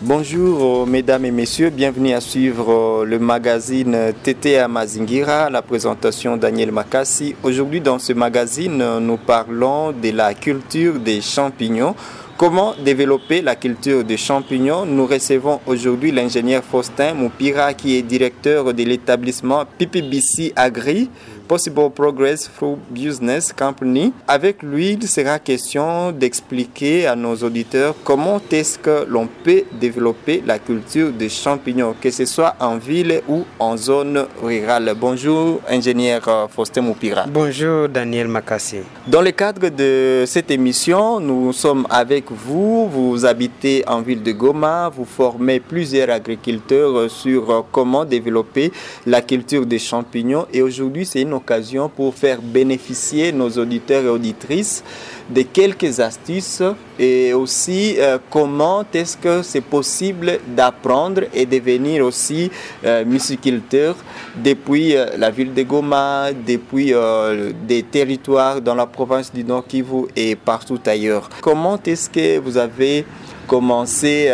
Bonjour mesdames et messieurs, bienvenue à suivre le magazine TTA Mazingira, la présentation Daniel Makassi. Aujourd'hui dans ce magazine, nous parlons de la culture des champignons. Comment développer la culture des champignons? Nous recevons aujourd'hui l'ingénieur Faustin Moupira qui est directeur de l'établissement PPBC Agri, Possible Progress Fruit Business Company. Avec lui, il sera question d'expliquer à nos auditeurs comment est-ce que l'on peut développer la culture des champignons, que ce soit en ville ou en zone rurale. Bonjour, ingénieur Faustin Moupira. Bonjour, Daniel Makassi. Dans le cadre de cette émission, nous sommes avec vous. Vous habitez en ville de Goma. Vous formez plusieurs agriculteurs sur comment développer la culture des champignons. Et aujourd'hui, c'est une occasion pour faire bénéficier nos auditeurs et auditrices de quelques astuces et aussi comment est-ce que c'est possible d'apprendre et devenir aussi musiculteur depuis la ville de Goma, depuis des territoires dans la province du Nord Kivu et partout ailleurs. Comment est-ce que vous avez commencé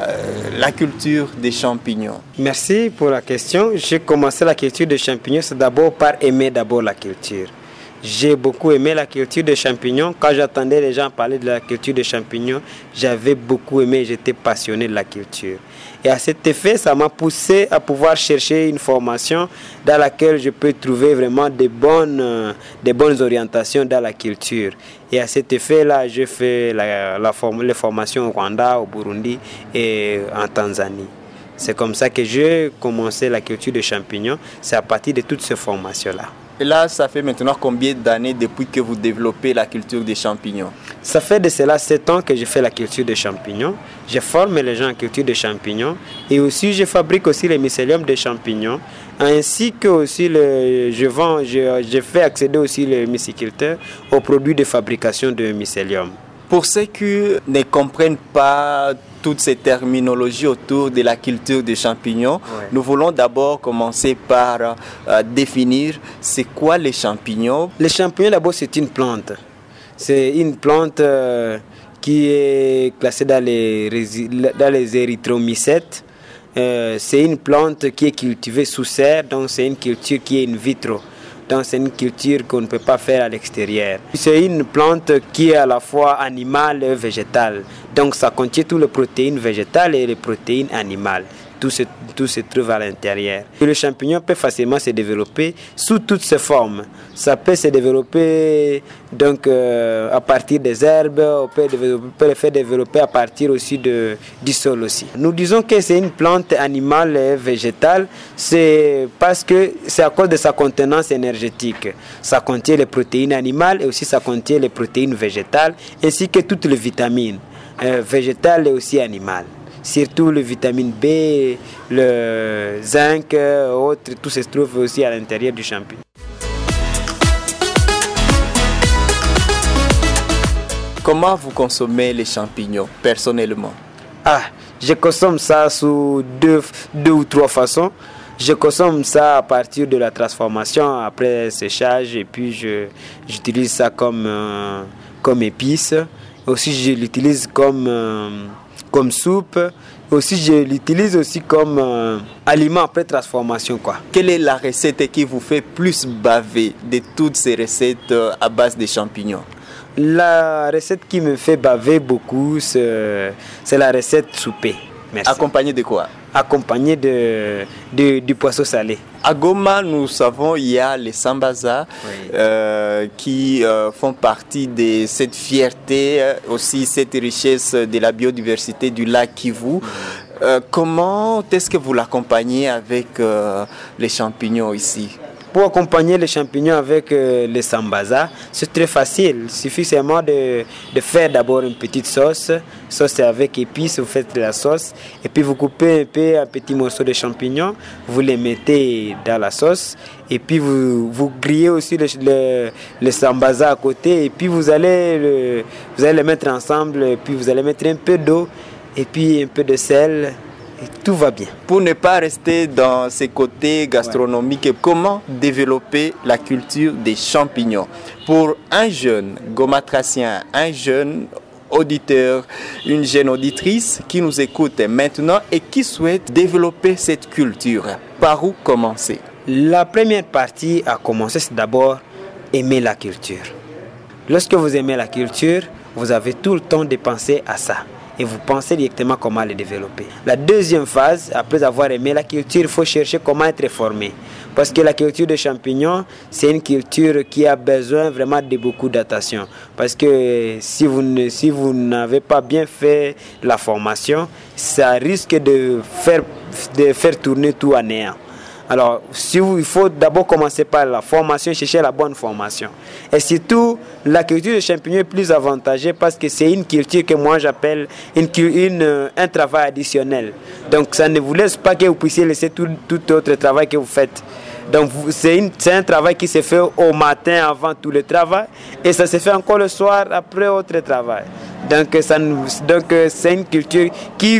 la culture des champignons? Merci pour la question. J'ai commencé la culture des champignons, c'est d'abord par aimer la culture. J'ai beaucoup aimé la culture des champignons. Quand j'entendais les gens parler de la culture des champignons, j'avais beaucoup aimé, j'étais passionné de la culture. Et à cet effet, ça m'a poussé à pouvoir chercher une formation dans laquelle je peux trouver vraiment des bonnes orientations dans la culture. Et à cet effet-là, j'ai fait les formations au Rwanda, au Burundi et en Tanzanie. C'est comme ça que j'ai commencé la culture des champignons. C'est à partir de toutes ces formations-là. Et là, ça fait maintenant combien d'années depuis que vous développez la culture des champignons? Ça fait de cela 7 ans que je fais la culture des champignons. Je forme les gens en culture des champignons et aussi je fabrique aussi les mycéliums des champignons, ainsi que aussi je fais accéder aussi les myciculteurs aux produits de fabrication de mycélium. Pour ceux qui ne comprennent pas toutes ces terminologies autour de la culture des champignons, Nous voulons d'abord commencer par définir c'est quoi les champignons. Les champignons d'abord c'est une plante. C'est une plante qui est classée dans les érythromycètes. C'est une plante qui est cultivée sous serre, donc c'est une culture qui est in vitro. Donc c'est une culture qu'on ne peut pas faire à l'extérieur. C'est une plante qui est à la fois animale et végétale. Donc ça contient toutes les protéines végétales et les protéines animales. Tout se trouve à l'intérieur. Le champignon peut facilement se développer sous toutes ses formes. Ça peut se développer donc, à partir des herbes, on peut le faire développer à partir aussi du sol aussi. Nous disons que c'est une plante animale et végétale, c'est parce que c'est à cause de sa contenance énergétique. Ça contient les protéines animales et aussi ça contient les protéines végétales ainsi que toutes les vitamines végétales et aussi animales. Surtout le vitamine B, le zinc, autres, tout se trouve aussi à l'intérieur du champignon. Comment vous consommez les champignons personnellement? Je consomme ça sous deux ou trois façons. Je consomme ça à partir de la transformation après séchage et puis j'utilise ça comme épice. Aussi je l'utilise comme soupe. Aussi, je l'utilise aussi comme aliment après transformation, quoi. Quelle est la recette qui vous fait plus baver de toutes ces recettes à base de champignons? La recette qui me fait baver beaucoup, c'est la recette soupée. Merci. Accompagné de quoi? Accompagné du poisson salé. À Goma, nous savons il y a les Sambaza qui font partie de cette fierté, aussi cette richesse de la biodiversité du lac Kivu. Comment est-ce que vous l'accompagnez avec les champignons ici? Pour accompagner les champignons avec les Sambaza, c'est très facile. Il suffit seulement de faire d'abord une petite sauce. Sauce avec épices, vous faites la sauce. Et puis vous coupez un petit morceau de champignons. Vous les mettez dans la sauce. Et puis vous grillez aussi les Sambaza à côté. Et puis vous allez les mettre ensemble. Et puis vous allez mettre un peu d'eau. Et puis un peu de sel. Et tout va bien. Pour ne pas rester dans ces côtés gastronomiques, comment développer la culture des champignons? Pour un jeune gomatracien, un jeune auditeur, une jeune auditrice qui nous écoute maintenant et qui souhaite développer cette culture. Par où commencer? La première partie à commencer, c'est d'abord aimer la culture. Lorsque vous aimez la culture, vous avez tout le temps de penser à ça. Et vous pensez directement comment le développer. La deuxième phase, après avoir aimé la culture, il faut chercher comment être formé. Parce que la culture des champignons, c'est une culture qui a besoin vraiment de beaucoup d'attention. Parce que si vous n'avez pas bien fait la formation, ça risque de faire tourner tout à néant. Alors, il faut d'abord commencer par la formation, chercher la bonne formation. Et surtout, la culture des champignons est plus avantageuse parce que c'est une culture que moi j'appelle un travail additionnel. Donc, ça ne vous laisse pas que vous puissiez laisser tout autre travail que vous faites. Donc, c'est un travail qui se fait au matin avant tout le travail et ça se fait encore le soir après autre travail. Donc, c'est une culture qui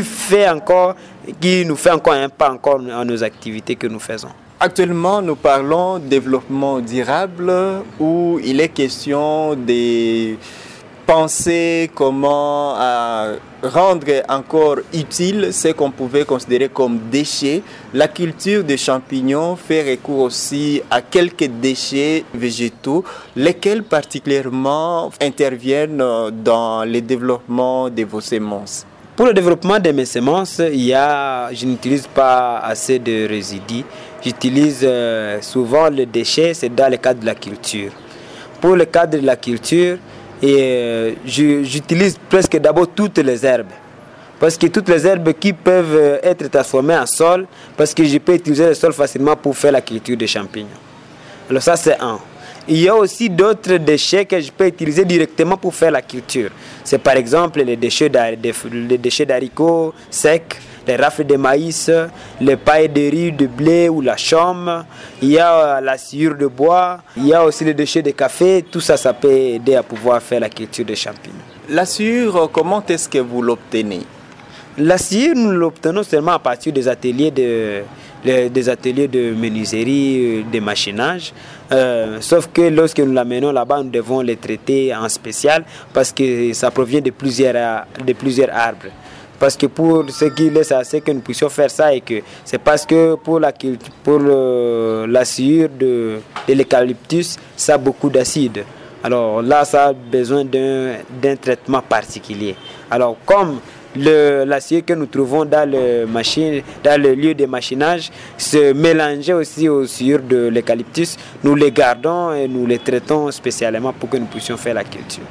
nous fait encore un pas encore à nos activités que nous faisons. Actuellement, nous parlons de développement durable où il est question de penser comment rendre encore utile ce qu'on pouvait considérer comme déchets. La culture des champignons fait recours aussi à quelques déchets végétaux, lesquels particulièrement interviennent dans le développement de vos semences. Pour le développement de mes semences, je n'utilise pas assez de résidus. J'utilise souvent les déchets, c'est dans le cadre de la culture. Pour le cadre de la culture, j'utilise presque d'abord toutes les herbes. Parce que toutes les herbes qui peuvent être transformées en sol, parce que je peux utiliser le sol facilement pour faire la culture des champignons. Alors ça, c'est un. Il y a aussi d'autres déchets que je peux utiliser directement pour faire la culture. C'est par exemple les déchets d'haricots secs, les rafles de maïs, les pailles de riz, de blé ou la chaume. Il y a la sciure de bois. Il y a aussi les déchets de café. Tout ça, ça peut aider à pouvoir faire la culture des champignons. La sciure, comment est-ce que vous l'obtenez? La sciure, nous l'obtenons seulement à partir des ateliers de menuiserie, de machinage. Sauf que lorsque nous l'amenons là-bas, nous devons les traiter en spécial parce que ça provient de plusieurs arbres. Parce que pour ce qui laisse à ce que nous puissions faire ça, et que c'est parce que pour la sciure de l'eucalyptus, ça a beaucoup d'acide. Alors là, ça a besoin d'un traitement particulier. Alors comme la sciure que nous trouvons dans le lieu de machinage se mélangeait aussi aux sciures de l'eucalyptus, nous les gardons et nous les traitons spécialement pour que nous puissions faire la culture.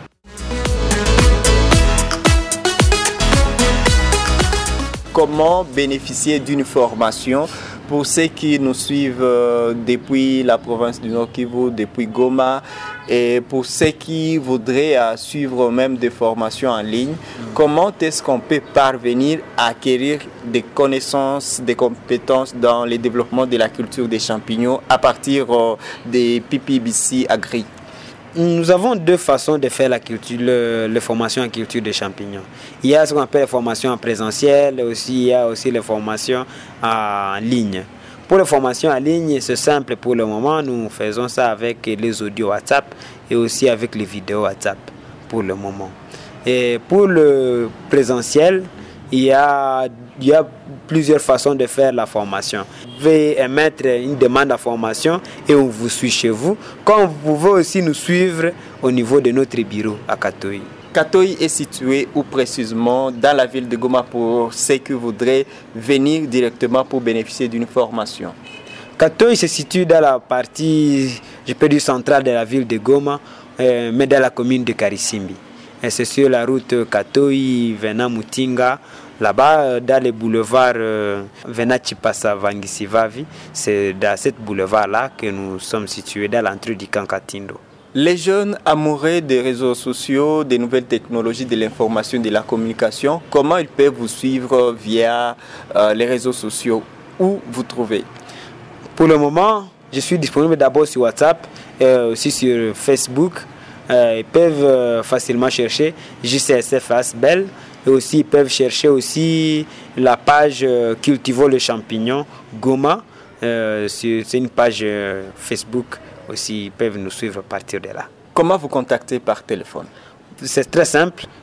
Comment bénéficier d'une formation pour ceux qui nous suivent depuis la province du Nord Kivu, depuis Goma, et pour ceux qui voudraient suivre même des formations en ligne, comment est-ce qu'on peut parvenir à acquérir des connaissances, des compétences dans le développement de la culture des champignons à partir des PPBC Agri? Nous avons deux façons de faire les formations en culture des champignons. Il y a ce qu'on appelle les formations en présentiel, il y a aussi les formations en ligne. Pour les formations en ligne, c'est simple pour le moment. Nous faisons ça avec les audios WhatsApp et aussi avec les vidéos WhatsApp pour le moment. Et pour le présentiel, il y a plusieurs façons de faire la formation. Vous pouvez émettre une demande à formation et on vous suit chez vous. Comme vous pouvez aussi nous suivre au niveau de notre bureau à Katoyi. Katoyi est situé où précisément dans la ville de Goma pour ceux qui voudraient venir directement pour bénéficier d'une formation? Katoyi se situe dans la partie, centrale de la ville de Goma, mais dans la commune de Karisimbi. Et c'est sur la route Katoyi, venant Mutinga, là-bas, dans le boulevard venant Chipasa Vangisivavi, c'est dans ce boulevard-là que nous sommes situés dans l'entrée du camp Katindo. Les jeunes amoureux des réseaux sociaux, des nouvelles technologies, de l'information, de la communication, comment ils peuvent vous suivre via les réseaux sociaux? Où vous trouvez? Pour le moment, je suis disponible d'abord sur WhatsApp et aussi sur Facebook. Ils peuvent facilement chercher JCSF Asbel et aussi ils peuvent chercher aussi la page Cultivons le champignon Goma. C'est une page Facebook aussi, ils peuvent nous suivre à partir de là. Comment vous contacter par téléphone? C'est très simple.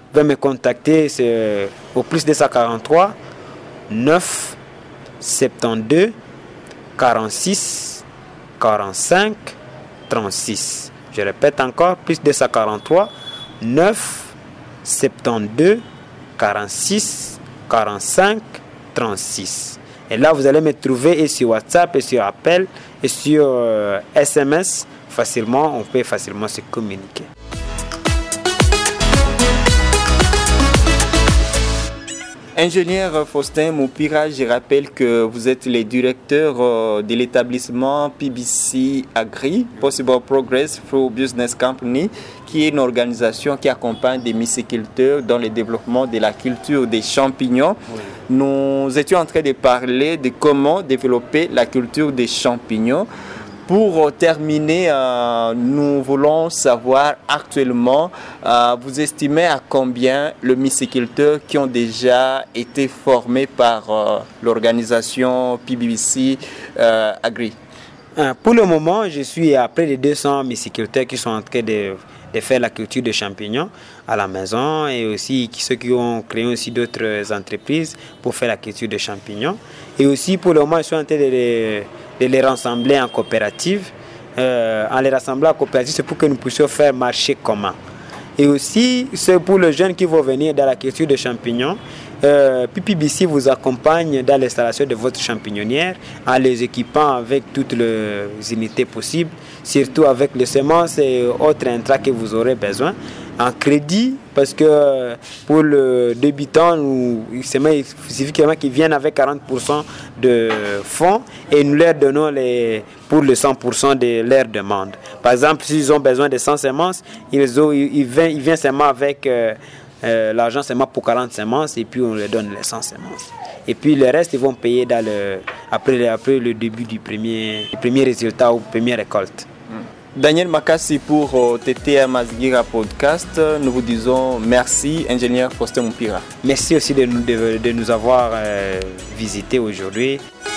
pouvez me contacter au plus 243 9 72 46 45 36. Je répète encore, plus 243 9 72 46 45 36. Et là, vous allez me trouver et sur WhatsApp, et sur appel, et sur SMS. Facilement, on peut facilement se communiquer. Ingénieur Faustin Moupira, je rappelle que vous êtes le directeur de l'établissement PBC Agri, Possible Progress Through Business Company, qui est une organisation qui accompagne des myciculteurs dans le développement de la culture des champignons. Oui. Nous étions en train de parler de comment développer la culture des champignons. Pour terminer, nous voulons savoir actuellement, vous estimez à combien le myciculteurs qui ont déjà été formés par l'organisation PBC Agri? Pour le moment, je suis à près de 200 myciculteurs qui sont en train de faire la culture de champignons à la maison, et aussi ceux qui ont créé aussi d'autres entreprises pour faire la culture de champignons. Et aussi pour le moment, je suis en train de les rassembler en coopérative. En les rassemblant en coopérative, c'est pour que nous puissions faire marché commun. Et aussi, c'est pour les jeunes qui vont venir dans la culture de champignons. PBC vous accompagne dans l'installation de votre champignonnière en les équipant avec toutes les unités possibles, surtout avec les semences et autres intrants que vous aurez besoin. En crédit, parce que pour le débutant, il suffit qu'ils viennent avec 40% de fonds et nous leur donnons pour le 100% de leur demande. Par exemple, s'ils ont besoin de 100 semences, ils viennent seulement avec l'argent seulement pour 40 semences, et puis on leur donne les 100 semences. Et puis le reste, ils vont payer après le début du premier résultat ou première récolte. Daniel Makassi pour TT Masgira Podcast. Nous vous disons merci, ingénieur Faustin Moupira. Merci aussi de nous avoir visités aujourd'hui.